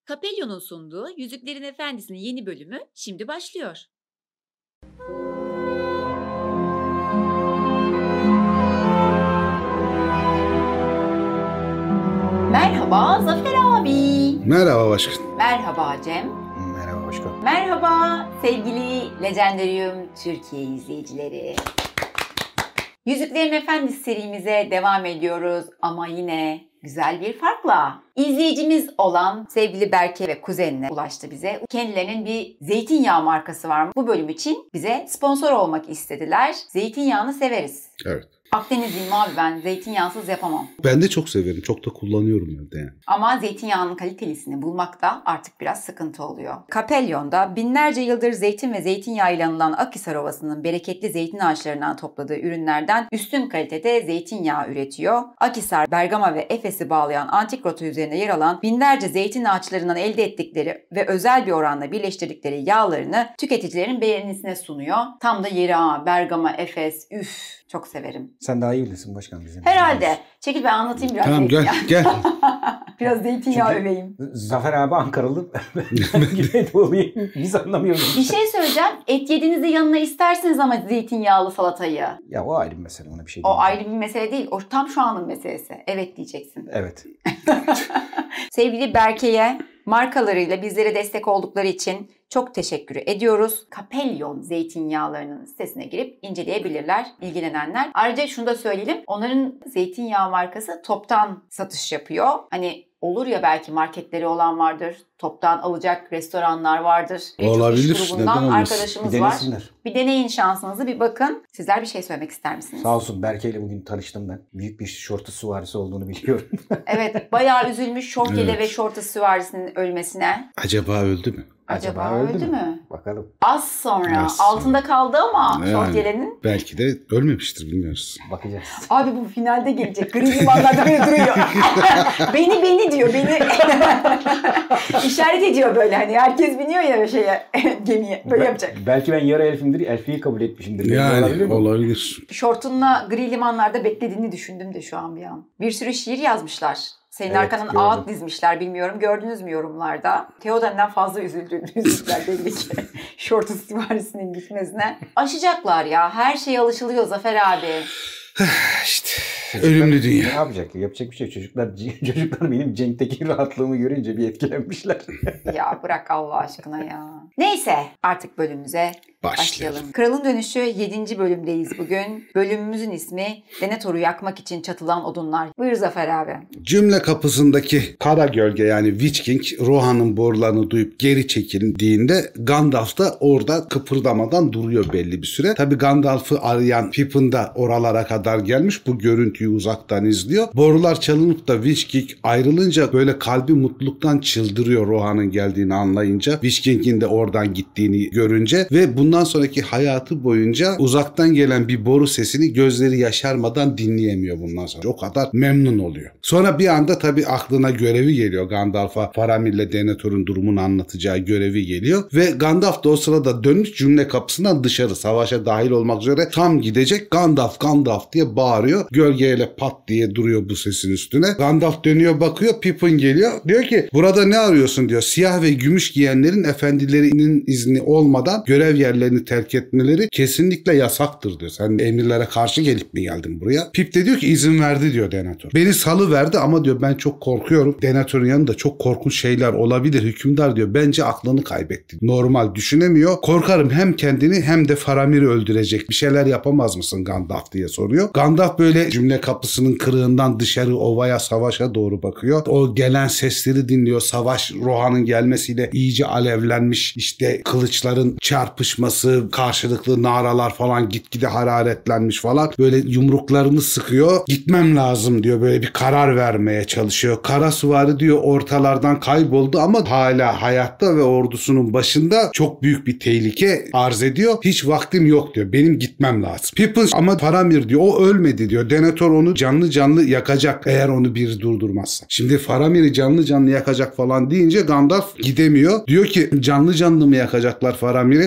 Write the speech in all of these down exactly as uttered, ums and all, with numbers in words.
Capellio'nun sunduğu Yüzüklerin Efendisi'nin yeni bölümü şimdi başlıyor. Merhaba Zafer abi. Merhaba başkan. Merhaba Cem. Merhaba başkan. Merhaba sevgili Legendarium Türkiye izleyicileri. Yüzüklerin Efendisi serimize devam ediyoruz ama yine güzel bir farkla. İzleyicimiz olan sevgili Berke ve kuzenine ulaştı bize. Kendilerinin bir zeytinyağı markası var. Bu bölüm için bize sponsor olmak istediler. Zeytinyağını severiz. Evet. Akdenizliyim abi, ben zeytinyağsız yapamam. Ben de çok severim. Çok da kullanıyorum evde yani. Ama zeytinyağının kalitelisini bulmakta artık biraz sıkıntı oluyor. Capellion'da binlerce yıldır zeytin ve zeytinyağı ile anılan Akhisar Ovası'nın bereketli zeytin ağaçlarından topladığı ürünlerden üstün kalitede zeytinyağı üretiyor. Akhisar, Bergama ve Efes'i bağlayan antik rota üzerine yer alan binlerce zeytin ağaçlarından elde ettikleri ve özel bir oranla birleştirdikleri yağlarını tüketicilerin beğenisine sunuyor. Tam da yeri ha, Bergama, Efes, üf. Çok severim. Sen daha iyi bilirsin başkan bizim. Herhalde. Çekil ben anlatayım biraz. Tamam gel gel. Biraz zeytinyağı Çünkü öveyim. Zafer abi Ankaralı. Ben Güneydoğuluyum. Biz anlamıyoruz. Bir şey söyleyeceğim. Et yediğinizde yanına istersiniz ama zeytinyağlı salatayı. Ya o ayrı bir mesele, ona bir şey O diyeyim. ayrı bir mesele değil. O tam şu anın meselesi. Evet diyeceksin. Evet. Sevgili Berke'ye markalarıyla bizlere destek oldukları için çok teşekkür ediyoruz. Capellion zeytinyağlarının sitesine girip inceleyebilirler ilgilenenler. Ayrıca şunu da söyleyelim. Onların zeytinyağı markası toptan satış yapıyor. Hani olur ya, belki marketleri olan vardır. Toptan alacak restoranlar vardır. Olabilir. İş grubundan Neden olmasın? arkadaşımız Bir var. denesinler. Bir deneyin şansınızı, bir bakın. Sizler bir şey söylemek ister misiniz? Sağ olsun, Berke ile bugün tanıştım ben. Büyük bir şortu süvarisi olduğunu biliyorum. Evet, bayağı üzülmüş şortiyede Evet. ve şortu süvarisinin ölmesine. Acaba öldü mü? Acaba, öldü mü? Bakalım. Az sonra. Az sonra. Altında kaldı ama Yani. şortiyelenin. Belki de ölmemiştir, bilmiyoruz. Bakacağız. Abi bu finalde gelecek. Gri limanlarda böyle duruyor. beni beni diyor. Beni işaret ediyor böyle. Hani herkes biniyor ya şeye gemiye. Böyle Ben- yapacak. Belki ben yarı elfimdir, elfiyi kabul etmişimdir. Yani Olabilir mi? olabilir. Şortunla gri limanlarda beklediğini düşündüm de şu an bir an. Bir sürü şiir yazmışlar. Senin Evet, arkanın gördüm. ağıt dizmişler, bilmiyorum. Gördünüz mü yorumlarda? Theoden'den fazla üzüldüğünü üzüldüler belli ki. Şortu süvarisinin gitmesine. Aşacaklar ya. Her şeye alışılıyor Zafer abi. İşte ölümlü Ne dünya. yapacak? Yapacak bir şey yok. Çocuklar, çocuklar benim Cenk'teki rahatlığımı görünce bir etkilenmişler. Ya bırak Allah aşkına ya. Neyse, artık bölümümüze Başlayalım. başlayalım. Kralın Dönüşü yedinci bölümdeyiz bugün. Bölümümüzün ismi Denethor'u yakmak için çatılan odunlar. Buyur Zafer abi. Cümle kapısındaki kara gölge yani Witch King Rohan'ın borularını duyup geri çekildiğinde Gandalf da orada kıpırdamadan duruyor belli bir süre. Tabi Gandalf'ı arayan Pippin de oralara kadar gelmiş, bu görüntüyü uzaktan izliyor. Borular çalınıp da Witch King ayrılınca böyle kalbi mutluluktan çıldırıyor Rohan'ın geldiğini anlayınca. Witch King'in de oradan gittiğini görünce ve bundan sonraki hayatı boyunca uzaktan gelen bir boru sesini gözleri yaşarmadan dinleyemiyor bundan sonra. O kadar memnun oluyor. Sonra bir anda tabii aklına görevi geliyor Gandalf'a. Faramir'le Denethor'un durumunu anlatacağı görevi geliyor ve Gandalf da o sırada dönmüş cümle kapısından dışarı, savaşa dahil olmak üzere tam gidecek. Gandalf Gandalf diye bağırıyor. Gölgeyle pat diye duruyor bu sesin üstüne. Gandalf dönüyor bakıyor, Pippin geliyor. Diyor ki burada ne arıyorsun diyor. Siyah ve gümüş giyenlerin efendilerinin izni olmadan görev yerlerini terk etmeleri kesinlikle yasaktır diyor. Sen emirlere karşı gelip mi geldin buraya? Pip de diyor ki izin verdi diyor Denethor. Beni salıverdi ama diyor ben çok korkuyorum. Denethor'un yanında çok korkunç şeyler olabilir. Hükümdar diyor bence aklını kaybetti. Normal düşünemiyor. Korkarım hem kendini hem de Faramir'i öldürecek. Bir şeyler yapamaz mısın Gandalf diye soruyor. Gandalf böyle cümle kapısının kırığından dışarı ovaya, savaşa doğru bakıyor. O gelen sesleri dinliyor. Savaş Rohan'ın gelmesiyle iyice alevlenmiş. İşte kılıçların çarpışması, karşılıklı naralar falan gitgide hararetlenmiş falan. Böyle yumruklarını sıkıyor. Gitmem lazım diyor. Böyle bir karar vermeye çalışıyor. Kara süvari diyor ortalardan kayboldu ama hala hayatta ve ordusunun başında çok büyük bir tehlike arz ediyor. Hiç vaktim yok diyor. Benim gitmem lazım. Pippin ama Faramir diyor. O ölmedi diyor. Denethor onu canlı canlı yakacak eğer onu bir durdurmazsa. Şimdi Faramir'i canlı canlı yakacak falan deyince Gandalf gidemiyor. Diyor ki canlı canlı mı yakacaklar Faramir'i? Neymiş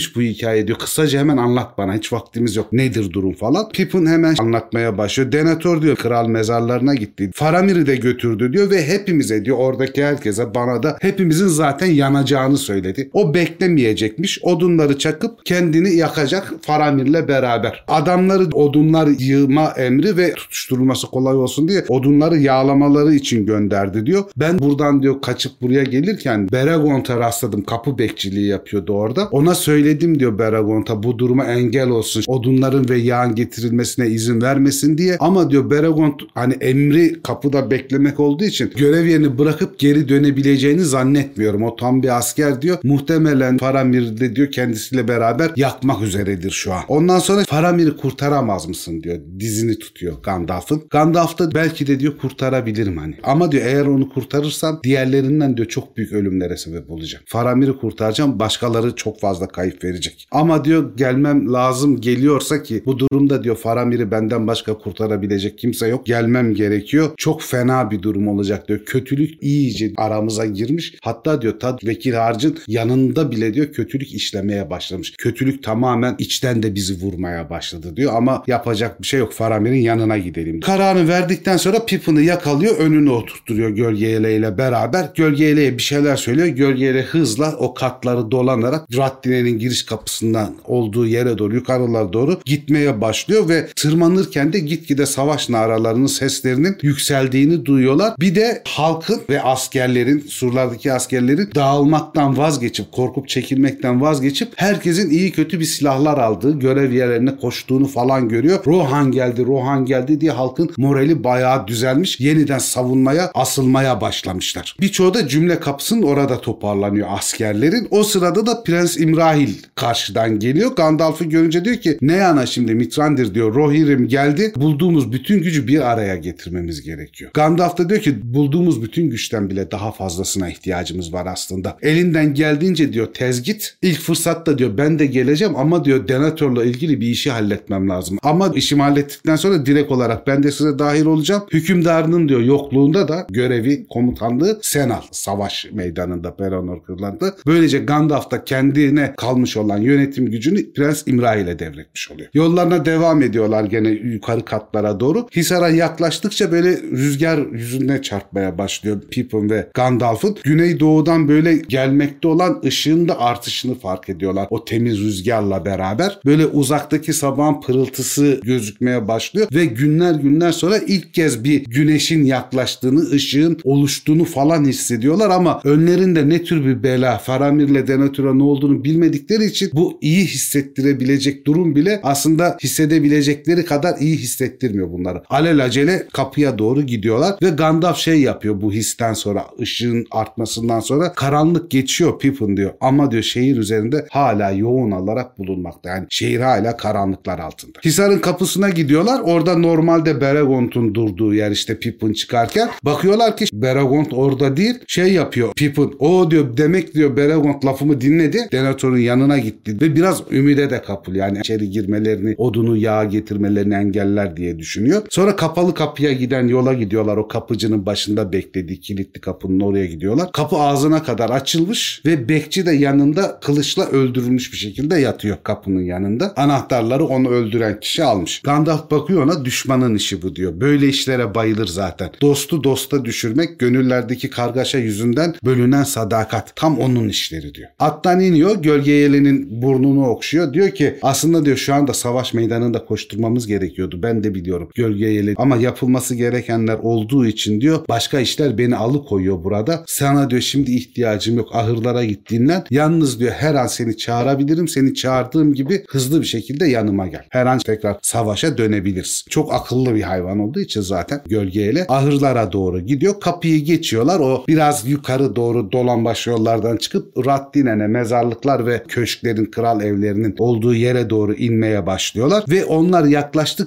neymiş bu hikaye diyor. Kısaca hemen anlat bana. Hiç vaktimiz yok. Nedir durum falan. Pippin hemen anlatmaya başlıyor. Denethor diyor kral mezarlarına gitti. Faramir'i de götürdü diyor ve hepimize diyor oradaki herkese bana da hepimizin zaten yanacağını söyledi. O beklemeyecekmiş. Odunları çakıp kendini yakacak Faramir'le beraber. Adamları odunlar yığma emri ve tutuşturulması kolay olsun diye odunları yağlamaları için gönderdi diyor. Ben buradan diyor kaçıp buraya gelirken Beregond'a rastladım. Kapı bekçiliği yapıyordu orada. Ona söyledim diyor Beregond'a bu duruma engel olsun. Odunların ve yağın getirilmesine izin vermesin diye. Ama diyor Beregond hani emri kapıda beklemek olduğu için görev yerini bırakıp geri dönebileceğini zannetmiyorum. O tam bir asker diyor. Muhtemelen Faramir de diyor kendisiyle beraber yakmak üzeredir şu an. Ondan sonra Faramir'i kurtaramaz mısın diyor. Dizini tutuyor Gandalf'ın. Gandalf da belki de diyor kurtarabilirim hani. Ama diyor eğer onu kurtarırsam diğerlerinden diyor çok büyük ölümlere sebep olacak. Faramir'i kurtaracağım. Başkaları çok fazla kayıp verecek. Ama diyor gelmem lazım geliyorsa ki bu durumda diyor Faramir'i benden başka kurtarabilecek kimse yok. Gelmem gerekiyor. Çok fena bir durum olacak diyor. Kötülük iyice aramıza girmiş. Hatta diyor Tad Vekil Harc'ın yanında bile diyor kötülük işlemeye başlamış. Kötülük tamamen içten de bizi vurmaya başladı diyor ama yapacak bir şey yok. Faramir'in yanına gidelim. Kararını verdikten sonra Pippin'i yakalıyor. Önüne oturtturuyor Gölgeyele ile beraber. Gölgeyele'ye bir şeyler söylüyor. Gölgeyele hızla o katları dolanarak Raddine'nin giriş kapısından olduğu yere doğru yukarılara doğru gitmeye başlıyor ve tırmanırken de gitgide savaş naralarının seslerinin yükseldiğini duyuyorlar. Bir de halkın ve askerlerin, surlardaki askerlerin dağılmaktan vazgeçip, korkup çekilmekten vazgeçip herkesin iyi kötü bir silahlar aldığı, görev yerlerine koştuğunu falan görüyor. Rohan geldi, Rohan geldi diye halkın morali bayağı düzelmiş. Yeniden savunmaya, asılmaya başlamışlar. Birçoğu da cümle kapısının orada toparlanıyor askerlerin. O sırada da Prens İmrahil karşıdan geliyor. Gandalf'ı görünce diyor ki ne yana şimdi Mithrandir diyor. Rohirrim geldi. Bulduğumuz bütün gücü bir araya getirmemiz gerekiyor. Gandalf da diyor ki bulduğumuz bütün güçten bile daha fazlasına ihtiyacımız var aslında. Elinden geldiğince diyor tez git. İlk fırsatta diyor ben de geleceğim ama diyor Denethor'la ilgili bir işi halletmem lazım. Ama işimi hallettikten sonra direkt olarak ben de size dahil olacağım. Hükümdarının diyor yokluğunda da görevi, komutanlığı sen al. Savaş meydanında Pelennor kırlarında. Böylece Gandalf da kendine kalmış olan yönetim gücünü Prens İmrahil'e devretmiş oluyor. Yollarına devam ediyorlar gene yukarı katlara doğru. Hisar'a yaklaştıkça böyle rüzgar yüzüne çarpmaya başlıyor Pippin ve Gandalf'ın. Güneydoğudan böyle gelmekte olan ışığın da artışını fark ediyorlar. O temiz rüzgarla beraber. Böyle uzaktaki sabahın pırıltısı gözükmeye başlıyor ve günler günler sonra ilk kez bir güneşin yaklaştığını, ışığın oluştuğunu falan hissediyorlar ama önlerinde ne tür bir bela, Faramir'le Denethor'a ne olduğunu bilmedikleri için bu iyi hissettirebilecek durum bile aslında hissedebilecekleri kadar iyi hissettirmiyor bunları. Alelacele kapıya doğru gidiyorlar ve Gandalf şey yapıyor bu histen sonra, ışığın artmasından sonra karanlık geçiyor Pippin diyor. Ama diyor şehir üzerinde hala yoğun olarak bulunmakta. Yani şehir hala karanlıklar altında. Hisar'ın kapısına gidiyorlar. Orada normalde Beregond'un durduğu yer işte Pippin çıkarken. Bakıyorlar ki Beregond orada değil. Şey yapıyor Pippin. O diyor demek diyor Beregond lafımı dinledi. Denethor'un yanına gitti ve biraz ümide de kapılıyor. Yani içeri girmelerini, odunu yağa getirmelerini engeller diye düşünüyor. Sonra kapalı kapıya giden yola gidiyorlar. O kapıcının başında beklediği kilitli kapının oraya gidiyorlar. Kapı ağzına kadar açılmış ve bekçi de yanında kılıçla öldürülmüş bir şekilde yatıyor kapının yanında. Anahtarları onu öldüren kişi almış. Gandalf bakıyor ona, düşmanın işi bu diyor. Böyle işlere bayılır zaten. Dostu dosta düşürmek, gönüllerdeki kargaşa yüzünden bölünen sadakat. Tam onun işleri diyor. Attan iniyor, Gölgeyele'nin burnunu okşuyor. Diyor ki aslında diyor şu anda savaş meydanında koşturmamız gerekiyordu. Ben de biliyorum Gölgeyele ama yapılması gerekenler olduğu için diyor başka işler beni alıkoyuyor burada. Sana diyor şimdi ihtiyacım yok. Ahırlara git dinlen. Yalnız diyor her an seni çağırabilirim. Seni çağırdığım gibi hızlı bir şekilde yanıma gel. Her an tekrar savaşa dönebiliriz. Çok akıllı bir hayvan olduğu için zaten Gölgeyele ahırlara doğru gidiyor. Kapıyı geçiyorlar. O biraz yukarı doğru dolambaç yollardan çıkıp Raddine'ne, mezarlıklar ve köşklerin, kral evlerinin olduğu yere doğru inmeye başlıyorlar. Ve onlar yaklaştıkça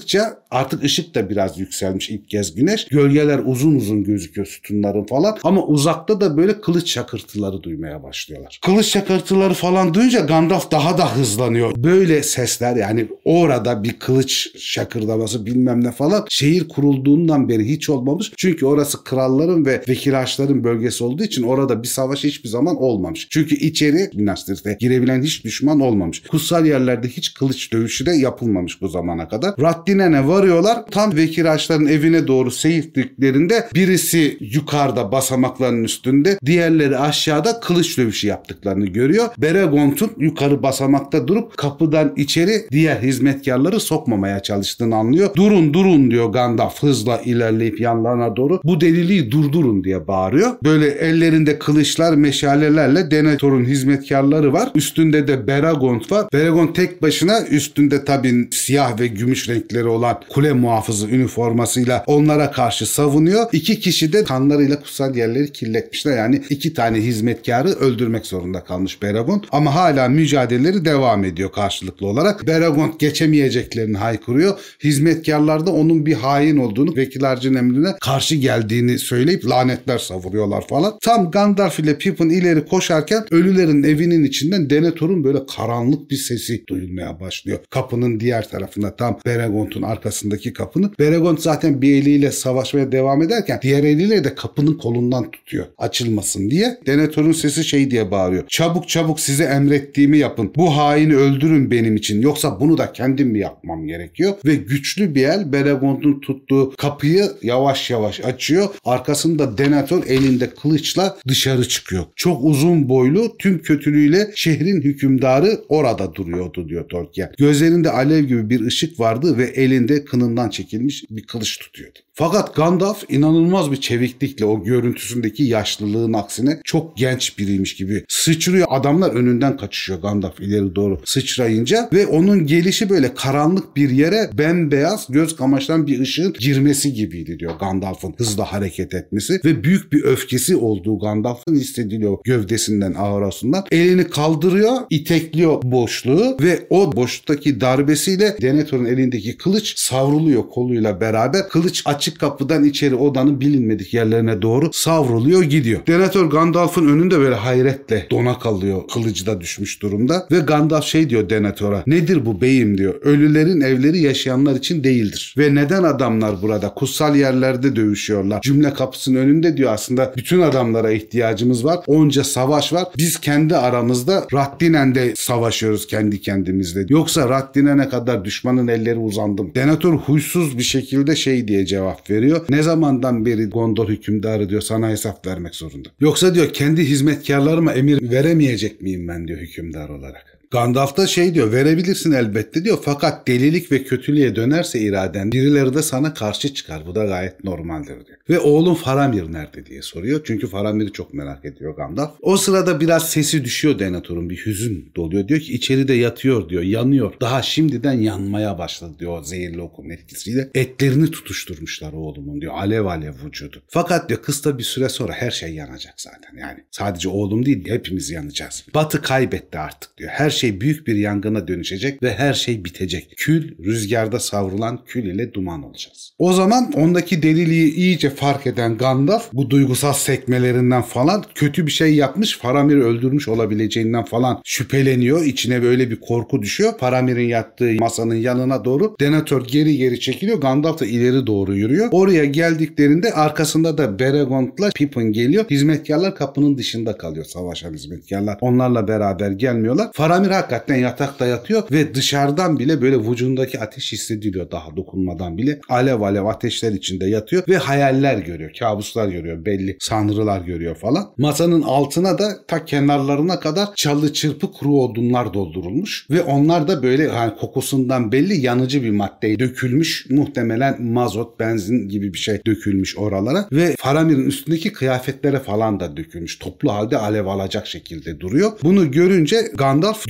Artık ışık da biraz yükselmiş ilk kez güneş. Gölgeler uzun uzun gözüküyor sütunların falan. Ama uzakta da böyle kılıç şakırtıları duymaya başlıyorlar. Kılıç şakırtıları falan duyunca Gandalf daha da hızlanıyor. Böyle sesler, yani orada bir kılıç şakırdaması bilmem ne falan şehir kurulduğundan beri hiç olmamış. Çünkü orası kralların ve vekilhaçların bölgesi olduğu için orada bir savaş hiçbir zaman olmamış. Çünkü içeri Minas Tirith'e girebilen hiç düşman olmamış. Kutsal yerlerde hiç kılıç dövüşü de yapılmamış bu zamana kadar. Raddinen'e varıyorlar. Tam vekilhaçların evine doğru seyirttiklerinde birisi yukarıda basamakların üstünde, diğerleri aşağıda kılıç dövüşü yaptıklarını görüyor. Beregond'un yukarı basamakta durup kapıdan içeri diğer hizmetkarları sokmamaya çalıştığını anlıyor. Durun durun diyor Gandalf hızla ilerleyip yanlarına doğru. Bu deliliği durdurun diye bağırıyor. Böyle ellerinde kılıçlar, meşalelerle Denethor'un hizmetkarları var. Üstünde de Beregond var. Beregond tek başına, üstünde tabii siyah ve gümüş renkleri olan kule muhafızı üniformasıyla onlara karşı savunuyor. İki kişi de kanlarıyla kutsal yerleri kirletmişler. Yani iki tane hizmetkarı öldürmek zorunda kalmış Beregond. Ama hala mücadeleleri devam ediyor karşılıklı olarak. Beregond geçemeyeceklerini haykırıyor. Hizmetkarlar da onun bir hain olduğunu, vekilharcının emrine karşı geldiğini söyleyip lanetler savuruyorlar falan. Tam Gandalf ile Pippin ileri koşarken ölülerin evinin içinden Denethor'un böyle karanlık bir sesi duyulmaya başlıyor. Kapının diğer tarafında, tam Beregond'un arkasındaki kapının. Beregond zaten bir eliyle savaşmaya devam ederken diğer eliyle de kapının kolundan tutuyor açılmasın diye. Denethor'un sesi şey diye bağırıyor. Çabuk çabuk size emrettiğimi yapın. Bu haini öldürün benim için. Yoksa bunu da kendim mi yapmam gerekiyor? Ve güçlü bir el Beregond'un tuttuğu kapıyı yavaş yavaş açıyor. Arkasında Denethor elinde kılıçla dışarı çıkıyor. Çok uzun boylu, tüm kötülüğüyle şehrin hükümdarı orada duruyordu diyor Tolkien. Gözlerinde alev gibi bir ışık vardı ve elinde kınından çekilmiş bir kılıç tutuyordu. Fakat Gandalf inanılmaz bir çeviklikle o görüntüsündeki yaşlılığın aksine çok genç biriymiş gibi sıçrıyor. Adamlar önünden kaçışıyor Gandalf ileri doğru sıçrayınca ve onun gelişi böyle karanlık bir yere bembeyaz göz kamaştıran bir ışığın girmesi gibiydi diyor Gandalf'ın hızla hareket etmesi ve büyük bir öfkesi olduğu Gandalf'ın hissediliyor gövdesinden, aurasından. Elini kaldırıyor, itekliyor boşluğu ve o boşluktaki darbesiyle Denethor'un elindeki kılıç savruluyor koluyla beraber. Kılıç açık kapıdan içeri odanın bilinmedik yerlerine doğru savruluyor gidiyor. Denethor Gandalf'ın önünde böyle hayretle dona kalıyor. Kılıcı da düşmüş durumda ve Gandalf şey diyor Denethor'a, nedir bu beyim diyor. Ölülerin evleri yaşayanlar için değildir. Ve neden adamlar burada kutsal yerlerde dövüşüyorlar? Cümle kapısının önünde diyor aslında bütün adamlara ihtiyacımız var. Onca savaş var. Biz kendi aramızda Raddinen'de savaşıyoruz kendi kendimizle. Yoksa Raddinen'e kadar düşmanın elleri uzandım. Denethor huysuz bir şekilde şey diye cevap veriyor. Ne zamandan beri Gondor hükümdarı diyor sana hesap vermek zorunda. Yoksa diyor kendi hizmetkarlarıma emir veremeyecek miyim ben diyor hükümdar olarak. Gandalf da şey diyor, verebilirsin elbette diyor fakat delilik ve kötülüğe dönerse iraden birileri de sana karşı çıkar. Bu da gayet normaldir diyor. Ve oğlum Faramir nerede diye soruyor. Çünkü Faramir'i çok merak ediyor Gandalf. O sırada biraz sesi düşüyor Denethor'un, bir hüzün doluyor. Diyor ki içeride yatıyor diyor, yanıyor. Daha şimdiden yanmaya başladı diyor o zehirli okun etkisiyle. Etlerini tutuşturmuşlar oğlumun diyor. Alev alev vücudu. Fakat diyor kısa bir süre sonra her şey yanacak zaten. Yani sadece oğlum değil hepimiz yanacağız. Batı kaybetti artık diyor. Her şey büyük bir yangına dönüşecek ve her şey bitecek. Kül, rüzgarda savrulan kül ile duman olacağız. O zaman ondaki deliliği iyice fark eden Gandalf bu duygusal sekmelerinden falan kötü bir şey yapmış, Faramir'i öldürmüş olabileceğinden falan şüpheleniyor. İçine böyle bir korku düşüyor. Faramir'in yattığı masanın yanına doğru Denethor geri geri çekiliyor. Gandalf da ileri doğru yürüyor. Oraya geldiklerinde arkasında da Beregond'la Pippin geliyor. Hizmetkarlar kapının dışında kalıyor, savaşan hizmetkarlar. Onlarla beraber gelmiyorlar. Faramir hakikaten yatakta yatıyor ve dışarıdan bile böyle vücudundaki ateş hissediliyor, daha dokunmadan bile. Alev alev ateşler içinde yatıyor ve hayaller görüyor, kabuslar görüyor, belli sanrılar görüyor falan. Masanın altına da ta kenarlarına kadar çalı çırpı kuru odunlar doldurulmuş ve onlar da böyle hani kokusundan belli yanıcı bir madde dökülmüş. Muhtemelen mazot, benzin gibi bir şey dökülmüş oralara ve Faramir'in üstündeki kıyafetlere falan da dökülmüş. Toplu halde alev alacak şekilde duruyor. Bunu görünce Gandalf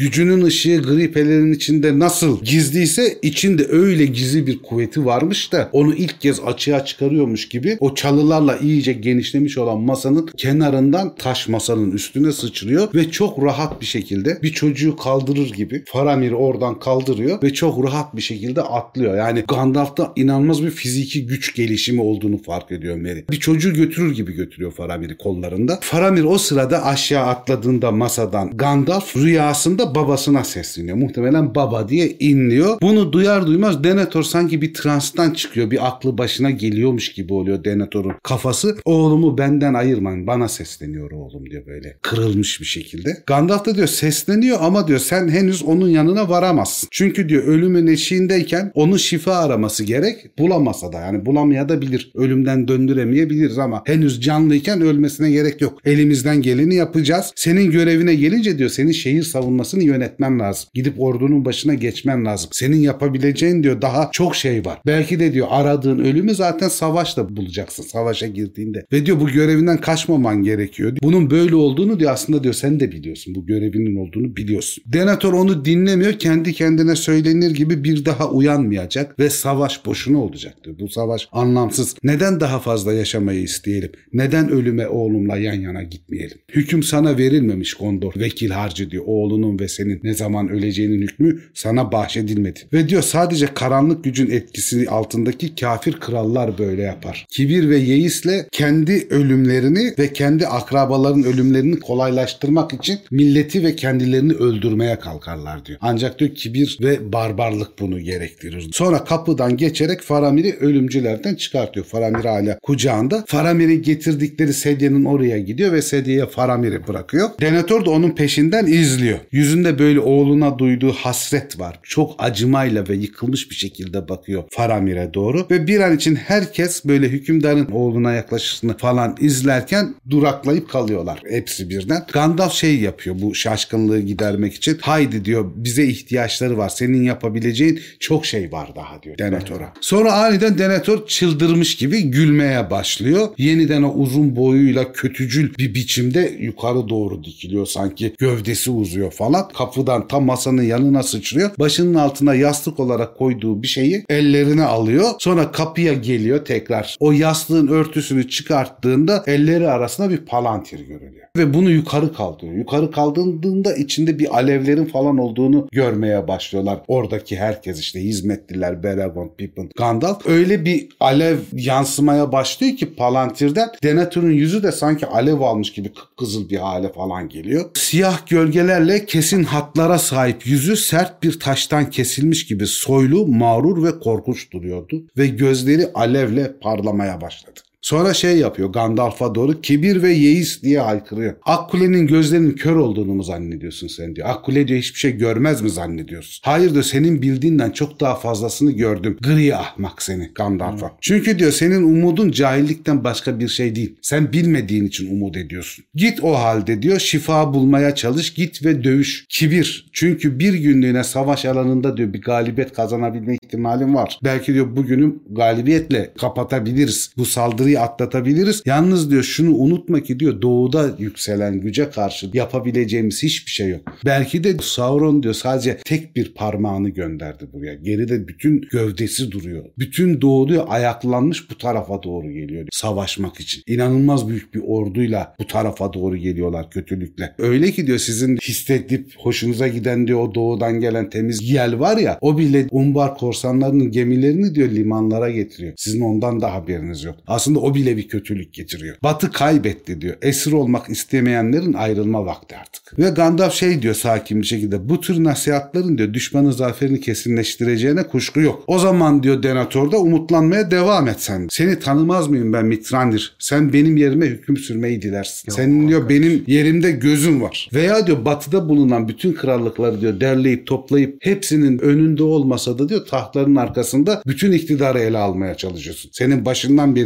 gücünün ışığı gri pelerin içinde nasıl gizliyse içinde öyle gizli bir kuvveti varmış da onu ilk kez açığa çıkarıyormuş gibi o çalılarla iyice genişlemiş olan masanın kenarından taş masanın üstüne sıçrıyor ve çok rahat bir şekilde bir çocuğu kaldırır gibi Faramir'i oradan kaldırıyor ve çok rahat bir şekilde atlıyor. Yani Gandalf'ta inanılmaz bir fiziki güç gelişimi olduğunu fark ediyor Merry. Bir çocuğu götürür gibi götürüyor Faramir'i kollarında. Faramir o sırada aşağı atladığında masadan Gandalf rüyasında babasına sesleniyor. Muhtemelen baba diye inliyor. Bunu duyar duymaz Denethor sanki bir transtan çıkıyor. Bir aklı başına geliyormuş gibi oluyor Denethor'un kafası. Oğlumu benden ayırmayın, bana sesleniyor oğlum diyor böyle kırılmış bir şekilde. Gandalf da diyor sesleniyor ama diyor sen henüz onun yanına varamazsın. Çünkü diyor ölümün eşiğindeyken onun şifa araması gerek. Bulamasa da yani bulamayabilir. Ölümden döndüremeyebiliriz ama henüz canlıyken ölmesine gerek yok. Elimizden geleni yapacağız. Senin görevine gelince diyor senin şehir savunmasını yönetmen lazım. Gidip ordunun başına geçmen lazım. Senin yapabileceğin diyor daha çok şey var. Belki de diyor aradığın ölümü zaten savaşla bulacaksın. Savaşa girdiğinde. Ve diyor bu görevinden kaçmaman gerekiyor. Bunun böyle olduğunu diyor aslında diyor sen de biliyorsun. Bu görevinin olduğunu biliyorsun. Denethor onu dinlemiyor. Kendi kendine söylenir gibi bir daha uyanmayacak ve savaş boşuna olacak diyor. Bu savaş anlamsız. Neden daha fazla yaşamayı isteyelim? Neden ölüme oğlumla yan yana gitmeyelim? Hüküm sana verilmemiş Gondor. Vekil harcı diyor. Oğlunun ve senin ne zaman öleceğinin hükmü sana bahşedilmedi. Ve diyor sadece karanlık gücün etkisi altındaki kafir krallar böyle yapar. Kibir ve yeisle kendi ölümlerini ve kendi akrabaların ölümlerini kolaylaştırmak için milleti ve kendilerini öldürmeye kalkarlar diyor. Ancak diyor kibir ve barbarlık bunu gerektirir. Sonra kapıdan geçerek Faramir'i ölümcülerden çıkartıyor. Faramir hala kucağında. Faramir'i getirdikleri sedyenin oraya gidiyor ve sedyeye Faramir'i bırakıyor. Denethor da onun peşinden izliyor. Yüzünde böyle oğluna duyduğu hasret var. Çok acımayla ve yıkılmış bir şekilde bakıyor Faramir'e doğru ve bir an için herkes böyle hükümdarın oğluna yaklaşışını falan izlerken duraklayıp kalıyorlar. Hepsi birden. Gandalf şey yapıyor bu şaşkınlığı gidermek için. Haydi diyor bize ihtiyaçları var. Senin yapabileceğin çok şey var daha diyor Denethor'a. Sonra aniden Denethor çıldırmış gibi gülmeye başlıyor. Yeniden o uzun boyuyla kötücül bir biçimde yukarı doğru dikiliyor sanki gövdesi uzuyor falan. Kapıdan tam masanın yanına sıçrıyor. Başının altına yastık olarak koyduğu bir şeyi ellerine alıyor. Sonra kapıya geliyor tekrar. O yastığın örtüsünü çıkarttığında elleri arasında bir palantir görülüyor. Ve bunu yukarı kaldırıyor. Yukarı kaldırdığında içinde bir alevlerin falan olduğunu görmeye başlıyorlar. Oradaki herkes işte hizmetliler, Beregond, Pippin, Gandalf. Öyle bir alev yansımaya başlıyor ki palantirden Denethor'un yüzü de sanki alev almış gibi kıpkızıl bir hale falan geliyor. Siyah gölgelerle kesin hatlara sahip yüzü sert bir taştan kesilmiş gibi soylu, mağrur ve korkunç duruyordu. Ve gözleri alevle parlamaya başladı. Sonra şey yapıyor Gandalf'a doğru kibir ve yeis diye haykırıyor. Akkule'nin gözlerinin kör olduğunu mu zannediyorsun sen diyor. Akkule diyor hiçbir şey görmez mi zannediyorsun? Hayır diyor senin bildiğinden çok daha fazlasını gördüm. Gri ahmak seni Gandalf'a. Hmm. Çünkü diyor senin umudun cahillikten başka bir şey değil. Sen bilmediğin için umut ediyorsun. Git o halde diyor şifa bulmaya çalış git ve dövüş. Kibir. Çünkü bir günlüğüne savaş alanında diyor bir galibiyet kazanabilme ihtimalin var. Belki diyor bugünü galibiyetle kapatabiliriz. Bu saldırı atlatabiliriz. Yalnız diyor şunu unutma ki diyor doğuda yükselen güce karşı yapabileceğimiz hiçbir şey yok. Belki de Sauron diyor sadece tek bir parmağını gönderdi buraya. Geride bütün gövdesi duruyor. Bütün doğu diyor ayaklanmış bu tarafa doğru geliyor diyor, savaşmak için. İnanılmaz büyük bir orduyla bu tarafa doğru geliyorlar kötülükle. Öyle ki diyor sizin hissedip hoşunuza giden diyor o doğudan gelen temiz yel var ya o bile Umbar korsanlarının gemilerini diyor limanlara getiriyor. Sizin ondan da haberiniz yok. Aslında o bile bir kötülük getiriyor. Batı kaybetti diyor. Esir olmak istemeyenlerin ayrılma vakti artık. Ve Gandalf şey diyor sakin bir şekilde bu tür nasihatlerin diyor düşmanın zaferini kesinleştireceğine kuşku yok. O zaman diyor Denethor'da umutlanmaya devam et sen. Seni tanımaz mıyım ben Mithrandir? Sen benim yerime hüküm sürmeyi dilersin. Yok, senin diyor arkadaş. Benim yerimde gözün var. Veya diyor batıda bulunan bütün krallıkları diyor derleyip toplayıp hepsinin önünde olmasa da diyor tahtların arkasında bütün iktidarı ele almaya çalışıyorsun. Senin başından beri diyor niye